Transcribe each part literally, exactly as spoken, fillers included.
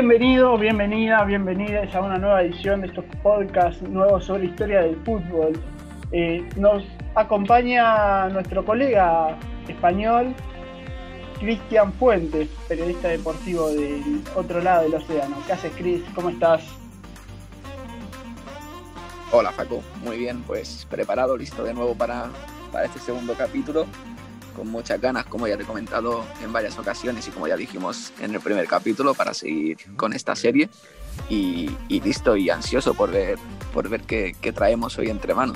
Bienvenido, bienvenida, bienvenidas a una nueva edición de estos podcasts nuevos sobre historia del fútbol. Eh, nos acompaña nuestro colega español, Cristian Fuentes, periodista deportivo del otro lado del océano. ¿Qué haces, Cris? ¿Cómo estás? Hola, Facu. Muy bien, pues preparado, listo de nuevo para, para este segundo capítulo. Con muchas ganas, como ya te he comentado en varias ocasiones y como ya dijimos en el primer capítulo, para seguir con esta serie y, y listo y ansioso por ver, por ver qué, qué traemos hoy entre manos.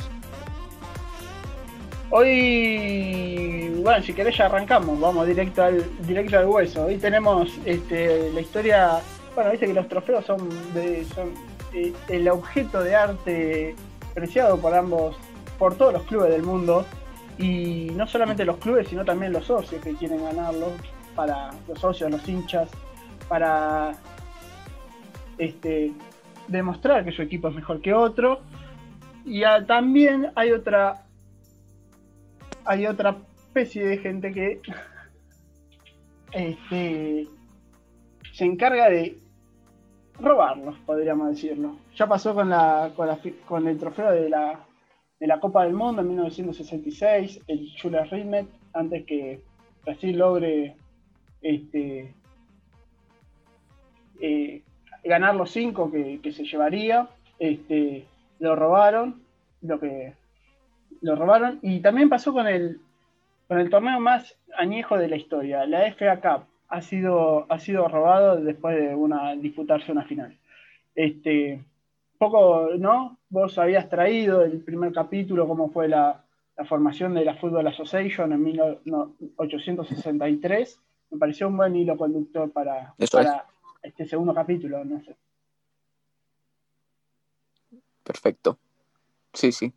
Hoy, bueno, si querés ya arrancamos, vamos directo al, directo al hueso. Hoy tenemos este, la historia, bueno, viste que los trofeos son, de, son eh, el objeto de arte preciado por ambos, por todos los clubes del mundo. Y no solamente los clubes, sino también los socios que quieren ganarlo, para los socios, los hinchas, para este, demostrar que su equipo es mejor que otro. Y a, también hay otra hay otra especie de gente que este, se encarga de robarlos, podríamos decirlo. Ya pasó con, la, con, la, con el trofeo de la de la Copa del Mundo en mil novecientos sesenta y seis, el Jules Rimet, antes que Brasil logre este, eh, ganar los cinco que, que se llevaría, este, lo robaron, lo que lo robaron, y también pasó con el con el torneo más añejo de la historia, la F A Cup, ha sido, ha sido robado después de una, disputarse una final. Este, poco, ¿no? Vos habías traído el primer capítulo, cómo fue la, la formación de la Football Association en mil ochocientos sesenta y tres. Me pareció un buen hilo conductor para, Eso es. para este segundo capítulo, no sé. Perfecto. Sí, sí.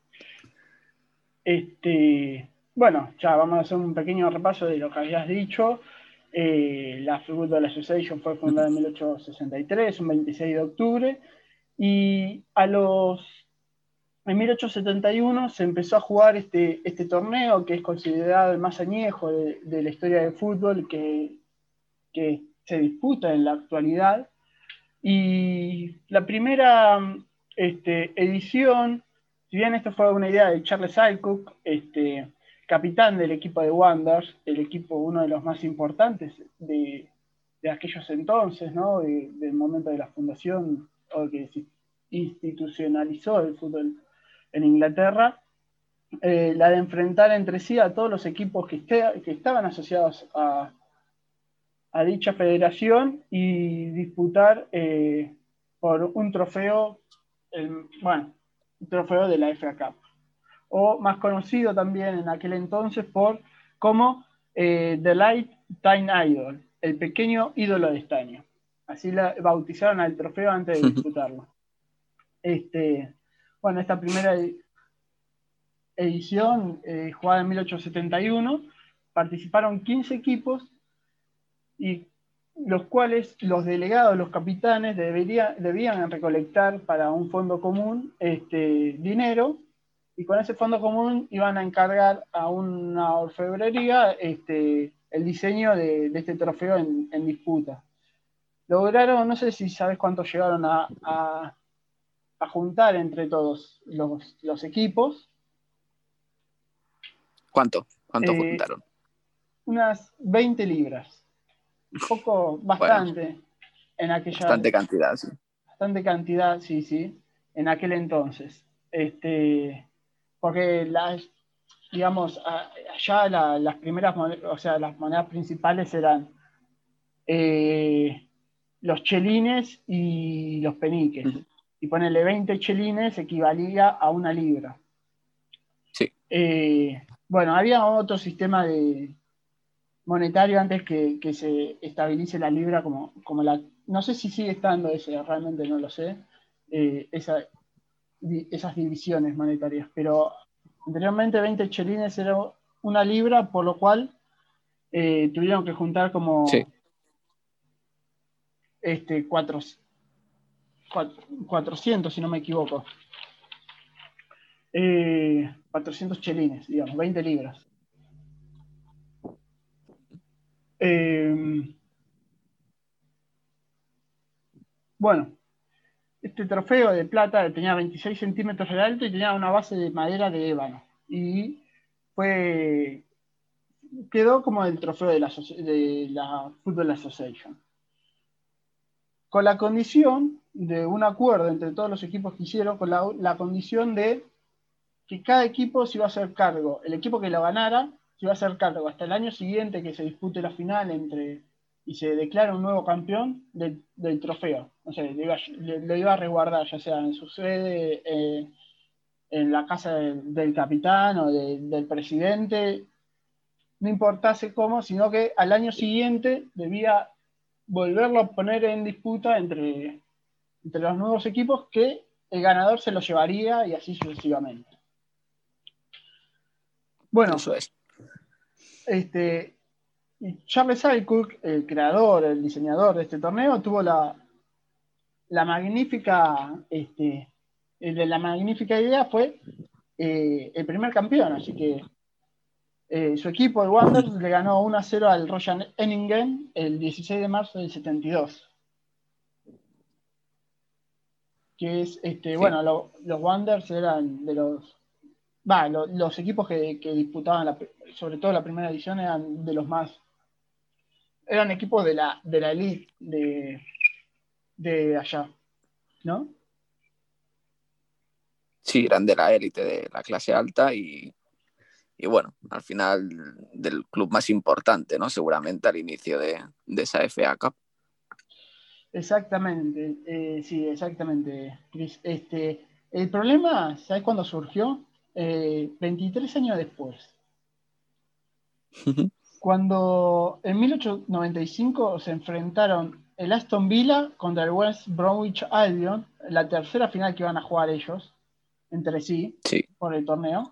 Este, bueno, ya vamos a hacer un pequeño repaso de lo que habías dicho. Eh, la Football Association fue fundada en mil ochocientos sesenta y tres, un veintiséis de octubre, y a los en mil ochocientos setenta y uno se empezó a jugar este, este torneo que es considerado el más añejo de, de la historia del fútbol que, que se disputa en la actualidad. Y la primera este, edición, si bien esto fue una idea de Charles Alcock, este, capitán del equipo de Wanderers, el equipo uno de los más importantes de, de aquellos entonces, ¿no? De, del momento de la fundación o que se institucionalizó el fútbol en Inglaterra, eh, la de enfrentar entre sí a todos los equipos que, este, que estaban asociados a, a dicha federación y disputar eh, por un trofeo, el, bueno, un trofeo de la F A Cup, o más conocido también en aquel entonces por como eh, The Light Time Idol, el pequeño ídolo de estaño. Así la bautizaron al trofeo antes de disputarlo. Este, bueno, esta primera edición, eh, jugada en mil ochocientos setenta y uno, participaron quince equipos y los cuales los delegados, los capitanes, debería, debían recolectar para un fondo común este, dinero, y con ese fondo común iban a encargar a una orfebrería este, el diseño de, de este trofeo en, en disputa. Lograron, no sé si sabes cuánto llegaron a, a, a juntar entre todos los, los equipos. ¿Cuánto? ¿Cuánto Eh, juntaron? unas veinte libras. Un poco, Bueno, bastante, en aquella, bastante cantidad, sí. bastante cantidad, sí, sí, en aquel entonces. Este, porque las, digamos, allá la, las primeras monedas, o sea, las monedas principales eran eh, los chelines y los peniques. Uh-huh. Y ponerle veinte chelines equivalía a una libra. Sí. Eh, bueno, había otro sistema de monetario antes que, que se estabilice la libra como, como la... No sé si sigue estando ese, realmente no lo sé, eh, esa, esas divisiones monetarias, pero anteriormente veinte chelines era una libra, por lo cual eh, tuvieron que juntar como Sí. este, cuatro, cuatro, cuatrocientos, si no me equivoco. Eh, cuatrocientos chelines, digamos, veinte libras. Eh, Bueno, este trofeo de plata tenía veintiséis centímetros de alto y tenía una base de madera de ébano. Y fue quedó como el trofeo de la, de la Football Association. Con la condición de un acuerdo entre todos los equipos que hicieron, con la, la condición de que cada equipo se iba a hacer cargo, el equipo que lo ganara se iba a hacer cargo hasta el año siguiente que se dispute la final entre y se declara un nuevo campeón de, del trofeo. O sea, lo iba, lo iba a resguardar, ya sea en su sede, eh, en la casa del, del capitán o de, del presidente, no importase cómo, sino que al año siguiente debía volverlo a poner en disputa entre, entre los nuevos equipos, que el ganador se lo llevaría y así sucesivamente. Bueno, eso es. Este, Charles Alcock, el creador, el diseñador de este torneo, tuvo la, la magnífica, este, la magnífica idea fue eh, el primer campeón, así que eh, su equipo, el Wanderers, le ganó uno a cero al Royal Enningen el dieciséis de marzo del setenta y dos. Que es, este, sí. Bueno, lo, los Wanderers eran de los, va, lo, los equipos que, que disputaban, la, sobre todo la primera edición, eran de los más, eran equipos de la, de la elite de, de allá, ¿no? Sí, eran de la élite, de la clase alta y, y bueno, al final del club más importante, ¿no? Seguramente al inicio de, de esa F A Cup. Exactamente, eh, sí, exactamente, Chris. Este, el problema, ¿sabes cuándo surgió? Eh, veintitrés años después. Cuando en mil ochocientos noventa y cinco se enfrentaron el Aston Villa contra el West Bromwich Albion, la tercera final que iban a jugar ellos entre sí, sí. por el torneo.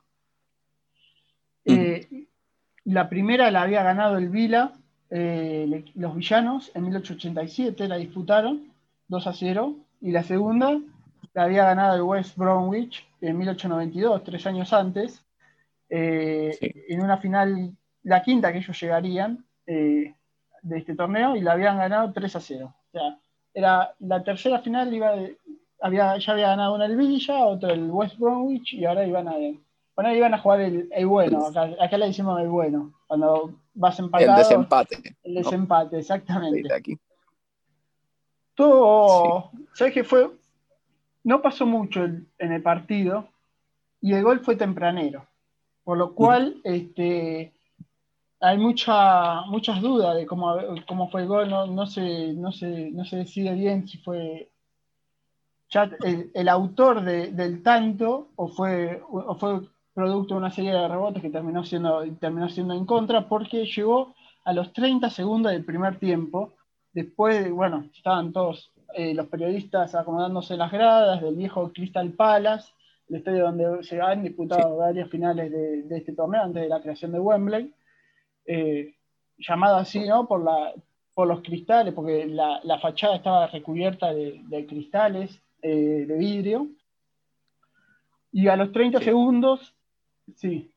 Eh, uh-huh. La primera la había ganado el Villa, eh, los villanos, en mil ochocientos ochenta y siete la disputaron dos a cero, y la segunda la había ganado el West Bromwich en mil ochocientos noventa y dos, tres años antes, eh, sí. en una final, la quinta que ellos llegarían eh, de este torneo, y la habían ganado tres a cero. O sea, era la tercera final, iba de, había, ya había ganado una el Villa, otra el West Bromwich, y ahora iban a, bueno, iban a jugar el, el bueno, acá, acá le decimos el bueno, cuando vas empatado. El desempate. El desempate, ¿no? Exactamente. Aquí. Todo, sí. ¿Sabes qué fue? No pasó mucho en el partido, y el gol fue tempranero, por lo cual uh-huh. este, hay mucha, muchas dudas de cómo, cómo fue el gol, no, no, se, no, se, no se decide bien si fue ya el, el autor de, del tanto o fue, o fue producto de una serie de rebotes que terminó siendo, terminó siendo en contra, porque llegó a los treinta segundos del primer tiempo. Después, bueno, estaban todos eh, los periodistas acomodándose en las gradas del viejo Crystal Palace, el estadio donde se han disputado sí. varias finales de, de este torneo antes de la creación de Wembley, eh, llamado así, ¿no? Por, la, por los cristales, porque la, la fachada estaba recubierta de, de cristales eh, de vidrio. Y a los treinta sí. segundos, sí.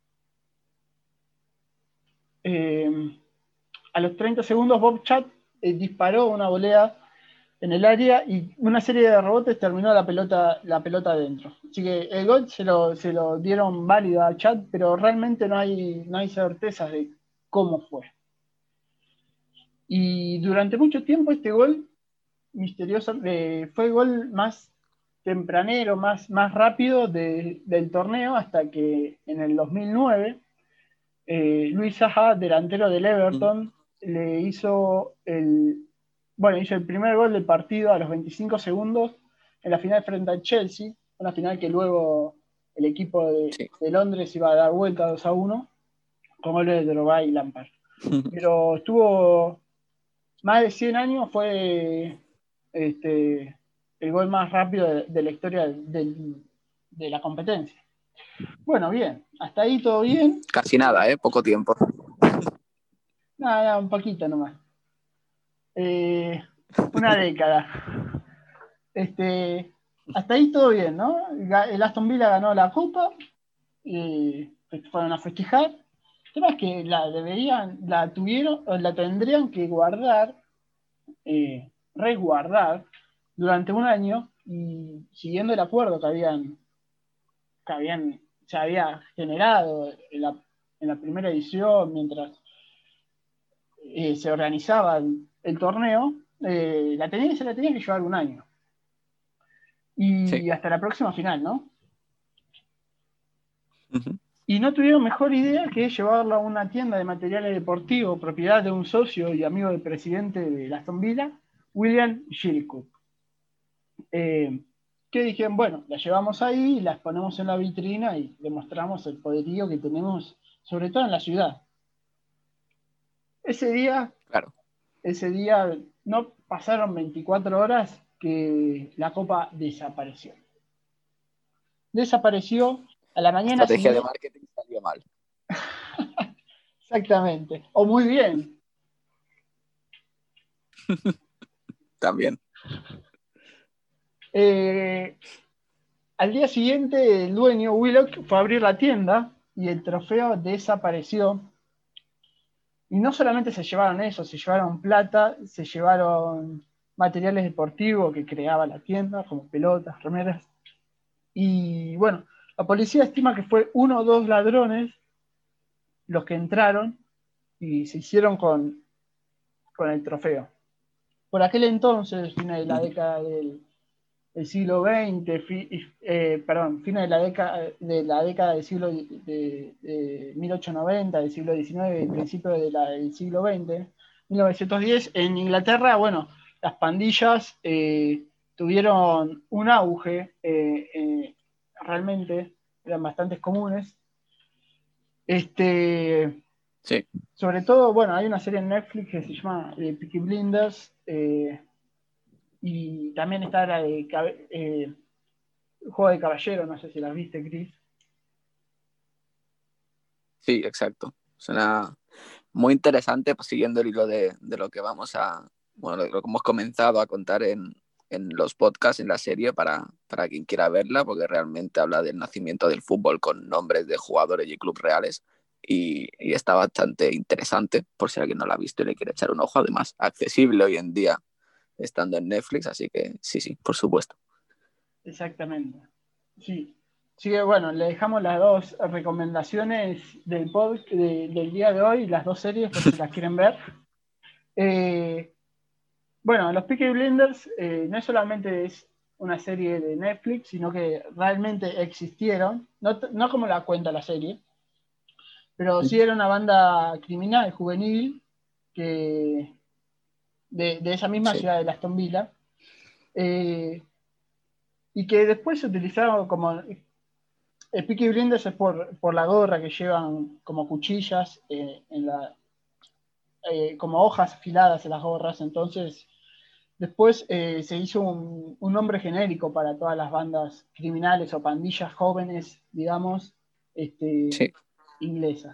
Eh, a los treinta segundos Bob Chat eh, disparó una volea en el área y una serie de rebotes terminó la pelota, la pelota adentro. Así que el gol se lo, se lo dieron válido a Chat, pero realmente no hay, no hay certezas de cómo fue. Y durante mucho tiempo este gol misterioso eh, fue el gol más tempranero, más, más rápido de, del torneo, hasta que en el dos mil nueve eh, Luis Saha, delantero del Everton, mm. le hizo el, bueno, hizo el primer gol del partido a los veinticinco segundos en la final frente al Chelsea, una final que luego el equipo de, sí. de Londres iba a dar vuelta dos a uno con goles de Drogba y Lampard. Pero estuvo más de cien años, fue este, el gol más rápido de, de la historia de, de la competencia. Bueno, bien, hasta ahí todo bien. Casi nada, ¿eh? Poco tiempo. Nada, nada, un poquito nomás. Eh, una década. Este, hasta ahí todo bien, ¿no? El Aston Villa ganó la Copa, y fueron a festejar. El tema es que la deberían, la tuvieron, o la tendrían que guardar, eh, resguardar, durante un año y siguiendo el acuerdo que habían, que habían se había generado en la, en la primera edición, mientras eh, se organizaba el, el torneo, eh, la tenía, se la tenía que llevar un año. Y Sí. hasta la próxima final, ¿no? Uh-huh. Y no tuvieron mejor idea que llevarla a una tienda de materiales deportivos, propiedad de un socio y amigo del presidente de Aston Villa, William Gilcook. Eh, que dijeron, bueno, la llevamos ahí, las ponemos en la vitrina y demostramos el poderío que tenemos, sobre todo en la ciudad. Ese día, Claro. ese día no pasaron veinticuatro horas que la copa desapareció. Desapareció a la La mañana estrategia de siguiente. marketing salió mal. Exactamente. O muy bien. También. Eh, al día siguiente, el dueño, Willock, fue a abrir la tienda y el trofeo desapareció. Y no solamente se llevaron eso, se llevaron plata, se llevaron materiales deportivos que creaba la tienda, como pelotas, remeras. Y bueno, la policía estima que fue uno o dos ladrones los que entraron y se hicieron con, con el trofeo. Por aquel entonces, fines de la década del, del siglo veinte, fi, eh, perdón, fines de la década, de la década del siglo de, de, de mil ochocientos noventa, del siglo diecinueve, principio de la, del siglo veinte, mil novecientos diez, en Inglaterra, bueno, las pandillas eh, tuvieron un auge, eh, eh, realmente eran bastante comunes. Este, Sí. sobre todo, bueno, hay una serie en Netflix que se llama eh, Peaky Blinders, eh, y también está la de eh, Juego de Caballero, no sé si las viste, Chris. Sí, exacto. Suena muy interesante, pues, siguiendo el hilo de, de lo que vamos a, bueno, lo que hemos comenzado a contar en, en los podcasts, en la serie, para, para quien quiera verla, porque realmente habla del nacimiento del fútbol con nombres de jugadores y clubes reales, y, y está bastante interesante, por si alguien no la ha visto y le quiere echar un ojo, además accesible hoy en día estando en Netflix, así que sí, sí, por supuesto. Exactamente. Sí. Así que bueno, le dejamos las dos recomendaciones del pod de, del día de hoy, las dos series, por si las quieren ver. Eh, bueno, los Peaky Blinders eh, no solamente es una serie de Netflix, sino que realmente existieron, no, no como la cuenta la serie, pero sí era una banda criminal juvenil que de, de esa misma Sí. ciudad de Aston Villa, eh, y que después se utilizaron como el Peaky Blinders es por, por la gorra que llevan como cuchillas eh, en la, eh, como hojas afiladas en las gorras. Entonces después eh, se hizo un, un nombre genérico para todas las bandas criminales o pandillas jóvenes, digamos, este, Sí. inglesas.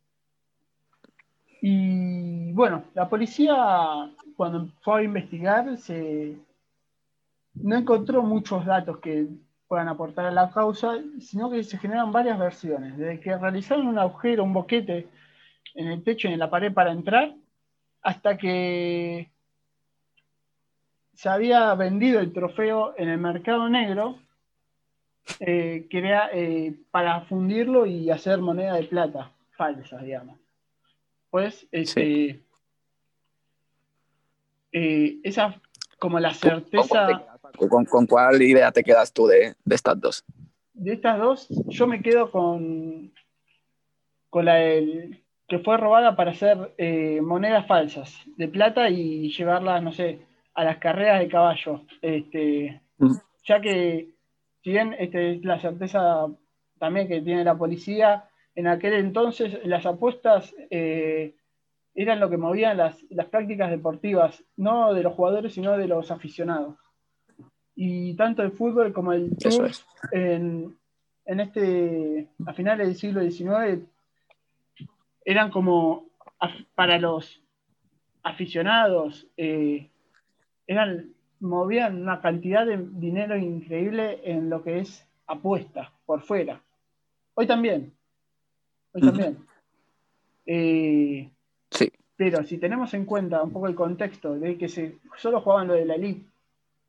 Y bueno, la policía cuando fue a investigar se, no encontró muchos datos que puedan aportar a la causa, sino que se generan varias versiones, desde que realizaron un agujero, un boquete en el techo y en la pared para entrar, hasta que se había vendido el trofeo en el mercado negro, eh, que era, eh, para fundirlo y hacer moneda de plata falsa, digamos. Pues, Sí. este, eh, esa como la ¿Tú con cuál te certeza quedas, Paco? ¿Con, con cuál idea te quedas tú de, de estas dos? de estas dos, yo me quedo con, con la del, que fue robada para hacer eh, monedas falsas de plata y llevarlas, no sé, a las carreras de caballo. Este, Mm. ya que, si bien este, es la certeza también que tiene la policía, en aquel entonces las apuestas eh, eran lo que movían las, las prácticas deportivas, no de los jugadores, sino de los aficionados. Y tanto el fútbol como el Eso turf es. en, en este, a finales del siglo diecinueve eran como para los aficionados, eh, eran, movían una cantidad de dinero increíble en lo que es apuestas por fuera. Hoy también, hoy Uh-huh. también. Eh, Sí. pero si tenemos en cuenta un poco el contexto de que se solo jugaban lo de la elite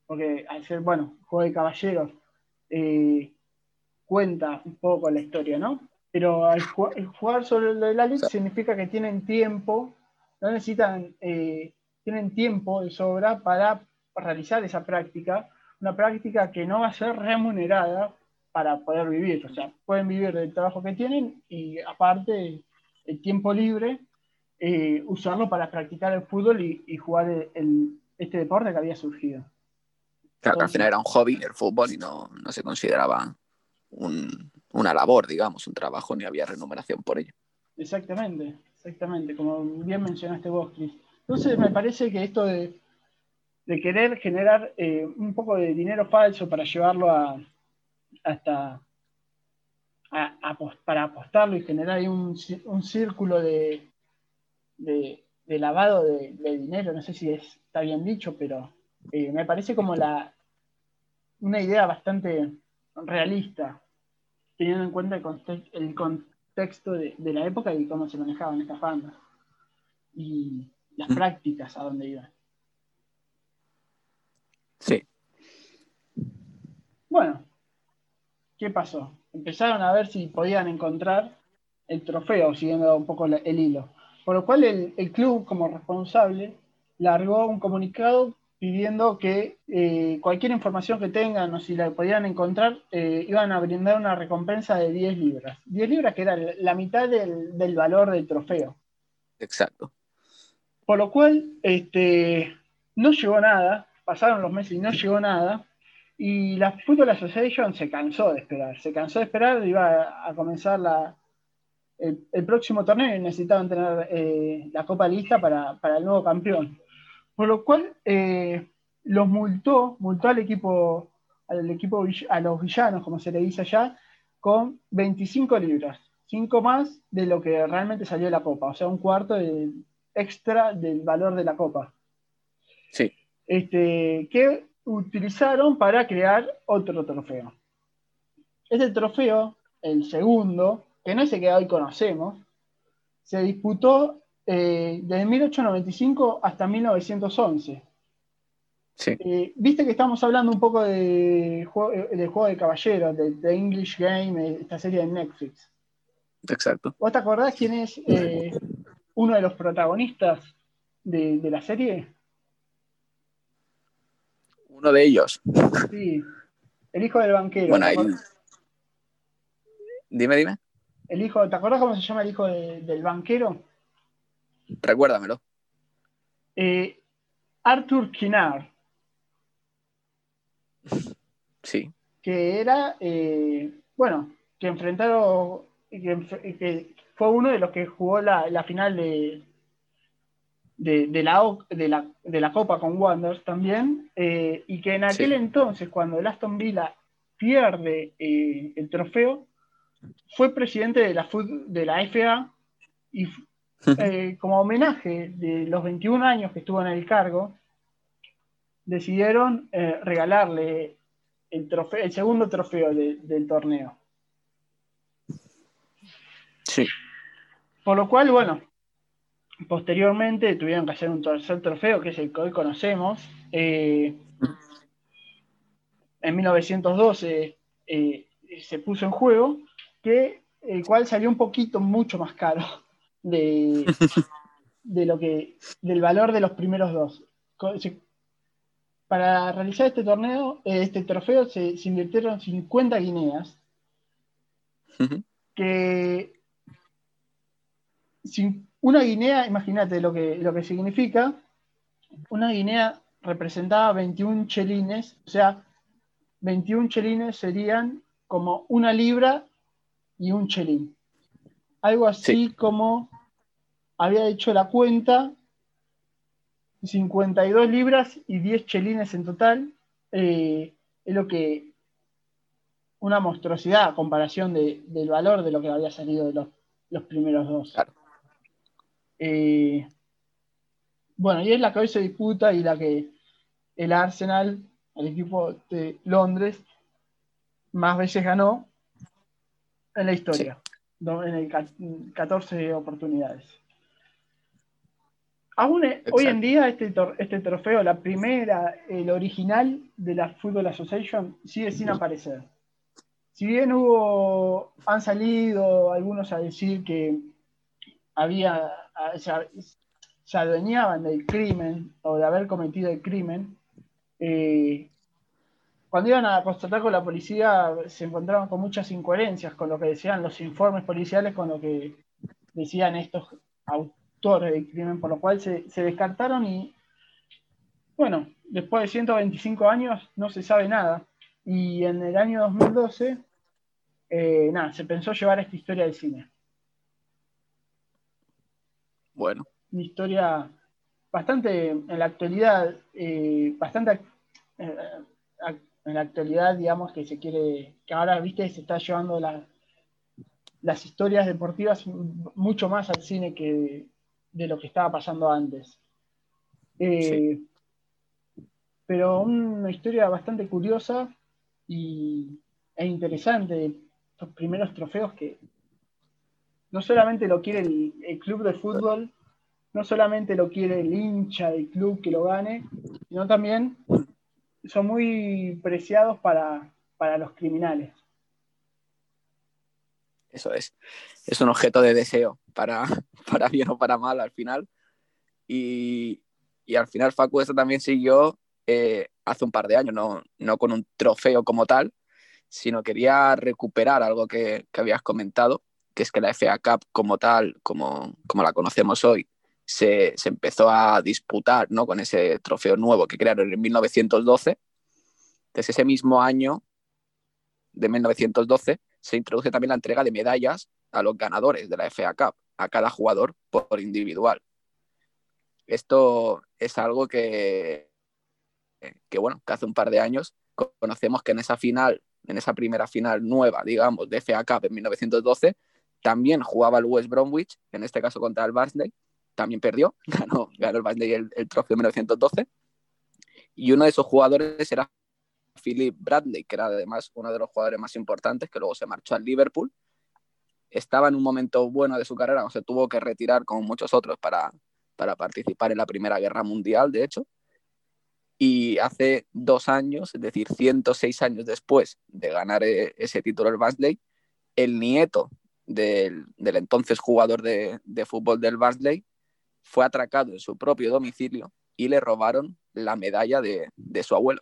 porque al ser, bueno, juego de caballeros, eh, cuenta un poco la historia, ¿no? Pero al jugar sobre lo de la Liga significa que tienen tiempo, no necesitan, eh, tienen tiempo de sobra para realizar esa práctica, una práctica que no va a ser remunerada para poder vivir, o sea, pueden vivir del trabajo que tienen y aparte el tiempo libre, eh, usarlo para practicar el fútbol y, y jugar el, el, este deporte que había surgido. Claro, que al final era un hobby el fútbol y no, no se consideraba un, una labor, digamos, un trabajo, ni había remuneración por ello. Exactamente, exactamente, como bien mencionaste vos, Chris. Entonces me parece que esto de, de querer generar eh, un poco de dinero falso para llevarlo a hasta a, a, para apostarlo y generar ahí un, un círculo de, de, de lavado de, de, dinero, no sé si es, está bien dicho, pero eh, me parece como la, una idea bastante realista, teniendo en cuenta el, conte el contexto de, de, la época y cómo se manejaban estas bandas y las ¿Mm? prácticas a donde iban. Sí. Bueno, ¿qué pasó? Empezaron a ver si podían encontrar el trofeo, siguiendo un poco el hilo. Por lo cual el, el club, como responsable, largó un comunicado pidiendo que eh, cualquier información que tengan o si la podían encontrar, eh, iban a brindar una recompensa de diez libras. diez libras que era la mitad del, del valor del trofeo. Exacto. Por lo cual, este, no llegó nada, pasaron los meses y no llegó nada, y la Football Association se cansó de esperar, se cansó de esperar, iba a, a comenzar la, el, el, próximo torneo y necesitaban tener eh, la copa lista para, para, el nuevo campeón. Por lo cual, eh, los multó, multó al equipo, al equipo, a los villanos, como se le dice allá, con veinticinco libras, cinco más de lo que realmente salió de la copa, o sea, un cuarto de, extra del valor de la copa. Sí. Este, que utilizaron para crear otro trofeo. Este trofeo, el segundo, que no es el que hoy conocemos, se disputó eh, desde mil ochocientos noventa y cinco hasta mil novecientos once. Sí. Eh, Viste que estamos hablando un poco de juego de, juego de caballeros, de, de English Game, esta serie de Netflix. Exacto. ¿Vos te acordás quién es eh, uno de los protagonistas de, de la serie? Uno de ellos. Sí, el hijo del banquero. Bueno, ahí... Dime, dime. El hijo, ¿te acordás cómo se llama el hijo de, del banquero? Recuérdamelo. Eh, Arthur Kinnar. Sí. Que era, eh, bueno, que enfrentaron, que, que fue uno de los que jugó la, la final de, de, de, la, de, la, de la Copa con Wanderers también, eh, y que en aquel sí. entonces, cuando el Aston Villa pierde eh, el trofeo, fue presidente de la, de la F A y eh, como homenaje de los veintiún años que estuvo en el cargo, decidieron eh, regalarle el, trofeo, el segundo trofeo de, del torneo. Sí. Por lo cual, bueno, posteriormente tuvieron que hacer un tercer trofeo, que es el que hoy conocemos. Eh, en mil novecientos doce eh, se puso en juego, que, el cual salió un poquito mucho más caro de, de lo que, del valor de los primeros dos. Para realizar este torneo, este trofeo, se, se invirtieron cincuenta guineas, que sin, una guinea, imagínate lo que, lo que significa, una guinea representaba veintiún chelines, o sea, veintiún chelines serían como una libra y un chelín. Algo así sí. como había hecho la cuenta, cincuenta y dos libras y diez chelines en total, eh, es lo que una monstruosidad a comparación de, del valor de lo que había salido de los, los primeros dos. Claro. Eh, bueno, y es la que hoy se disputa y la que el Arsenal, el equipo de Londres, más veces ganó en la historia, sí. En el catorce oportunidades. Aún eh, hoy en Exacto. día este, tor- este trofeo, la primera, el original de la Football Association, sigue sin aparecer. Si bien hubo, han salido algunos a decir que había, a- se, se adueñaban del crimen o de haber cometido el crimen, eh, cuando iban a constatar con la policía se encontraban con muchas incoherencias con lo que decían los informes policiales, con lo que decían estos autores del crimen, por lo cual se, se descartaron y, bueno, después de ciento veinticinco años no se sabe nada. Y en el año dos mil doce, eh, nada, se pensó llevar esta historia al cine. Bueno, Una historia bastante, en la actualidad, eh, bastante eh, en la actualidad, digamos, que se quiere, que ahora, viste, se está llevando la, las historias deportivas mucho más al cine que de, de lo que estaba pasando antes. sí, Eh, pero una historia bastante curiosa y, e interesante, los primeros trofeos que no solamente lo quiere el, el club de fútbol, no solamente lo quiere el hincha del club que lo gane, sino también son muy preciados para, para los criminales. eso es. Es un objeto de deseo, para, para bien o para mal al final. Y, y al final Facu esto también siguió eh, hace un par de años, no, no con un trofeo como tal, sino quería recuperar algo que, que habías comentado, que es que la F A Cup como tal, como, como la conocemos hoy, se, se empezó a disputar, ¿no?, con ese trofeo nuevo que crearon en mil novecientos doce. Desde ese mismo año de mil novecientos doce se introduce también la entrega de medallas a los ganadores de la F A Cup, a cada jugador por individual. Esto es algo que, que, bueno, que hace un par de años conocemos que en esa final, en esa primera final nueva, digamos, de F A Cup en mil novecientos doce, también jugaba el West Bromwich, en este caso contra el Barnsley, también perdió, ganó, ganó el Barnsley el, el trofeo de mil novecientos doce, y uno de esos jugadores era Philip Bradley, que era además uno de los jugadores más importantes, que luego se marchó al Liverpool. Estaba en un momento bueno de su carrera, o se tuvo que retirar como muchos otros para, para participar en la Primera Guerra Mundial, de hecho. Y hace dos años, es decir, ciento seis años después de ganar ese título el Barnsley, el nieto del, del entonces jugador de, de fútbol del Barnsley fue atracado en su propio domicilio y le robaron la medalla de, de su abuelo.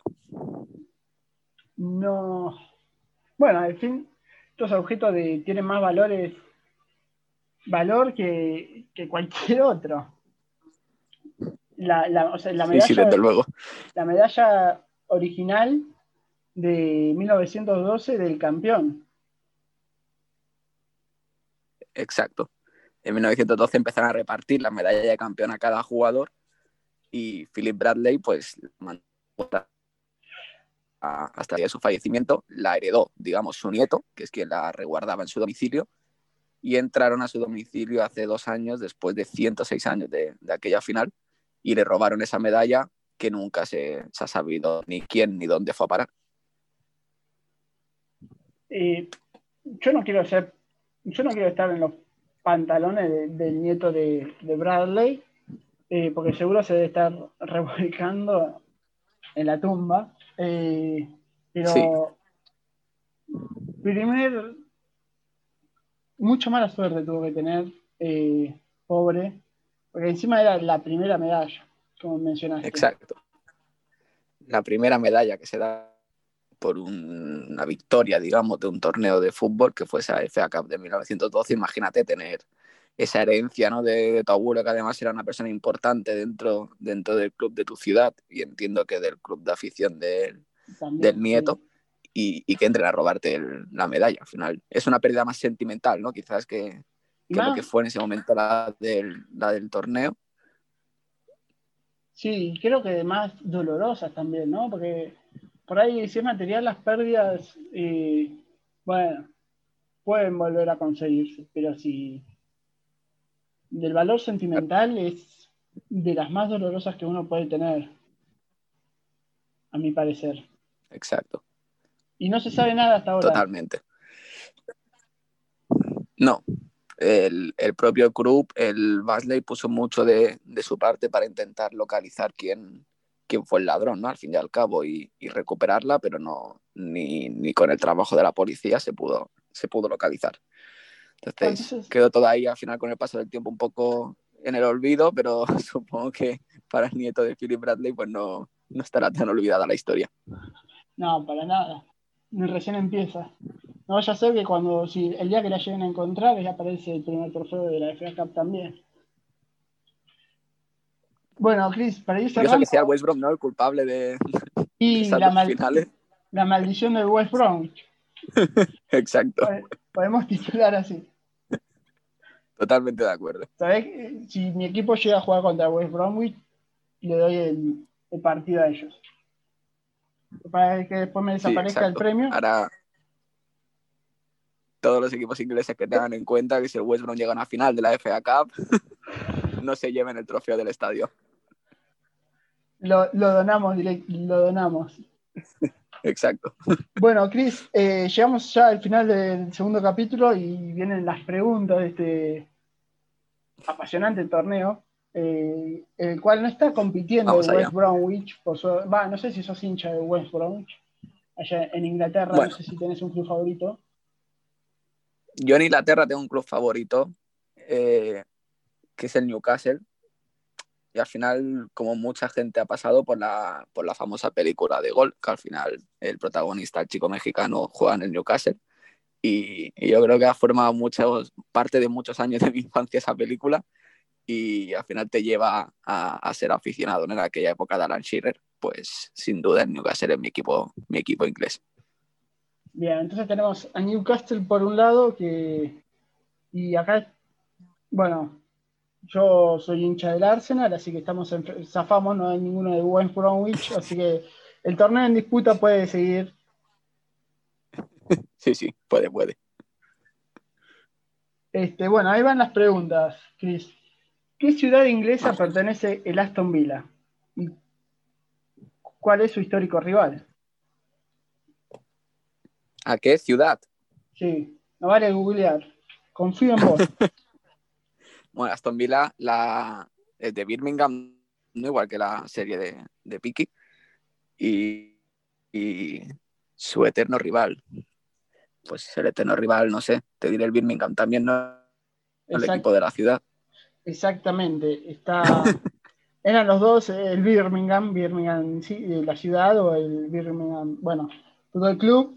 No. Bueno, al fin, estos objetos de, tienen más valores, valor que, que cualquier otro. La, la, o sea, la, Sí, sí, desde medalla, luego. la medalla original de mil novecientos doce del campeón. Exacto. En mil novecientos doce empezaron a repartir la medalla de campeón a cada jugador y Philip Bradley, pues, hasta el día de su fallecimiento, la heredó, digamos, su nieto, que es quien la resguardaba en su domicilio, y entraron a su domicilio hace dos años, después de ciento seis años de, de aquella final, y le robaron esa medalla que nunca se, se ha sabido ni quién ni dónde fue a parar. Eh, yo no quiero ser, yo no quiero estar en los pantalones de, del nieto de, de Bradley, eh, porque seguro se debe estar revolcando en la tumba. Eh, Sí, pero primer, mucho mala suerte tuvo que tener, eh, pobre, porque encima era la primera medalla, como mencionaste. exacto. La primera medalla que se da por un, una victoria, digamos, de un torneo de fútbol que fue esa F A Cup de mil novecientos doce. Imagínate tener esa herencia, ¿no?, de, de tu abuelo, que además era una persona importante dentro, dentro del club de tu ciudad, y entiendo que del club de afición del, del También, sí. nieto, y, y que entren a robarte el, la medalla. Al final es una pérdida más sentimental, ¿no?, quizás que, Y que lo más, que fue en ese momento la del, la del torneo. sí, creo que más dolorosas también, ¿no? Porque por ahí, si es material, las pérdidas, eh, bueno, pueden volver a conseguirse, pero si del valor sentimental es de las más dolorosas que uno puede tener, a mi parecer. Exacto, Y no se sabe nada hasta ahora. totalmente. No, el, el propio club, el Barnsley, puso mucho de, de su parte para intentar localizar quién, quién fue el ladrón, ¿no? Al fin y al cabo, y, y recuperarla, pero no ni, ni con el trabajo de la policía se pudo, se pudo localizar. Entonces, Entonces, quedó todo ahí al final con el paso del tiempo un poco en el olvido, pero supongo que para el nieto de Philip Bradley pues no, no estará tan olvidada la historia. No, para nada. Recién empieza. No vaya a ser que cuando, si el día que la lleguen a encontrar, ya aparece el primer trofeo de la F A Cup también. Bueno, Chris, para ir cerrando... Curioso que sea el West Brom, ¿no? El culpable de, y de esas la dos mal... finales. La maldición del West Bromwich. Exacto. Podemos titular así. Totalmente de acuerdo. ¿Sabés? Si mi equipo llega a jugar contra West Bromwich, le doy el, el partido a ellos. Para que después me desaparezca sí, el premio. Ahora, todos los equipos ingleses que tengan en cuenta que si el West Brom llega a una final de la F A Cup, no se lleven el trofeo del estadio. Lo, lo donamos, lo donamos. Exacto. Bueno, Chris, eh, llegamos ya al final del segundo capítulo y vienen las preguntas de este apasionante torneo, eh, el cual no está compitiendo Vamos el West allá. Bromwich, por su, va, no sé si sos hincha de West Bromwich, allá en Inglaterra, bueno, no sé si tenés un club favorito. Yo en Inglaterra tengo un club favorito, eh, que es el Newcastle, y al final, como mucha gente ha pasado por la, por la famosa película de Gol, que al final el protagonista, el chico mexicano, juega en el Newcastle, y, y yo creo que ha formado muchos, parte de muchos años de mi infancia esa película, y al final te lleva a, a ser aficionado, ¿no? En aquella época de Alan Shearer, pues sin duda el Newcastle es mi equipo, mi equipo inglés. Bien, entonces tenemos a Newcastle por un lado, que y acá, bueno, yo soy hincha del Arsenal, así que estamos en, zafamos, no hay ninguno de West Bromwich, así que el torneo en disputa puede seguir. Sí, sí, puede, puede. Este, bueno, ahí van las preguntas, Chris. ¿Qué ciudad inglesa Vamos. pertenece el Aston Villa? ¿Y cuál es su histórico rival? ¿A qué ciudad? Sí, no vale googlear. Confío en vos. Bueno, Aston Villa la, es de Birmingham, no igual que la serie de, de Peaky, y, y su eterno rival. Pues el eterno rival, no sé, te diré el Birmingham también, ¿no? El Exact- equipo de la ciudad. Exactamente, está... Eran los dos, el Birmingham, Birmingham, sí, la ciudad, o el Birmingham, bueno, todo el club.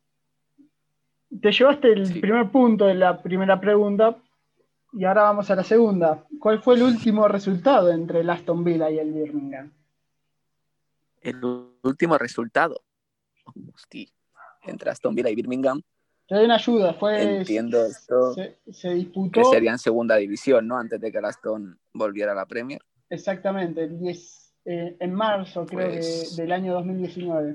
Te llevaste el sí. primer punto de la primera pregunta, y ahora vamos a la segunda. ¿Cuál fue el último resultado entre el Aston Villa y el Birmingham? El último resultado. Hostia. Entre Aston Villa y Birmingham. Te doy una ayuda, fue. Entiendo esto. Se, se disputó. Que sería en segunda división, ¿no? Antes de que el Aston volviera a la Premier. Exactamente, el diez, eh, en marzo, pues, creo que del año dos mil diecinueve.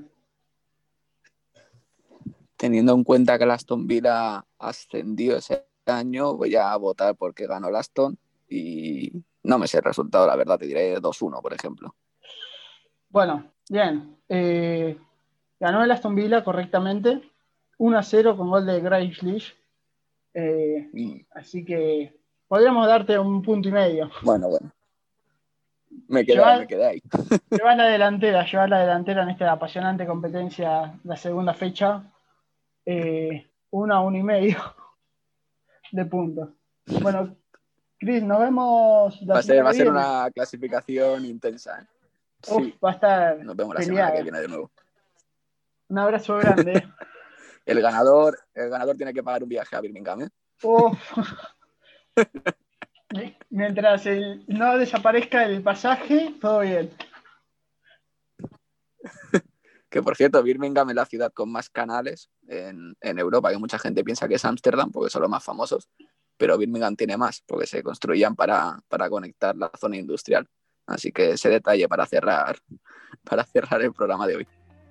Teniendo en cuenta que el Aston Villa ascendió ese año, voy a votar porque ganó el Aston y no me sé el resultado, la verdad, te diré dos uno, por ejemplo. Bueno, bien. Eh, ganó el Aston Villa correctamente, uno a cero con gol de Grealish. Eh, y... Así que podríamos darte un punto y medio. Bueno, bueno. Me quedé, llevar, me quedé ahí. Llevar la delantera, llevar la delantera en esta apasionante competencia, la segunda fecha, eh, uno a uno y medio de puntos. Bueno, Chris, nos vemos la va a ser, va a ser una clasificación intensa, ¿eh? Uf, sí. Va a estar Nos vemos la peleada. semana que viene de nuevo. Un abrazo grande. el ganador, el ganador tiene que pagar un viaje a Birmingham, ¿eh? Uf. Mientras el, no desaparezca el pasaje, todo bien. Que por cierto, Birmingham es la ciudad con más canales en, en Europa, que mucha gente piensa que es Ámsterdam porque son los más famosos, pero Birmingham tiene más porque se construían para, para conectar la zona industrial. Así que ese detalle para cerrar, para cerrar el programa de hoy.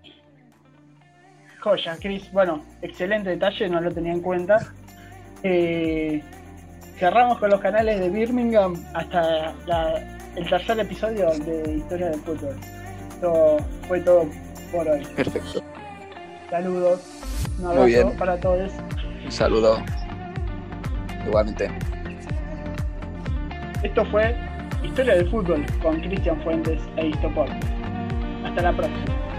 Joya, Chris. Bueno, excelente detalle, no lo tenía en cuenta. Eh, cerramos con los canales de Birmingham hasta la, el tercer episodio de Historia del Fútbol. Esto fue todo por hoy. Perfecto. Saludos. Un abrazo para todos. Un saludo. Igualmente. Esto fue Historia del Fútbol con Cristian Fuentes e Istopol. Hasta la próxima.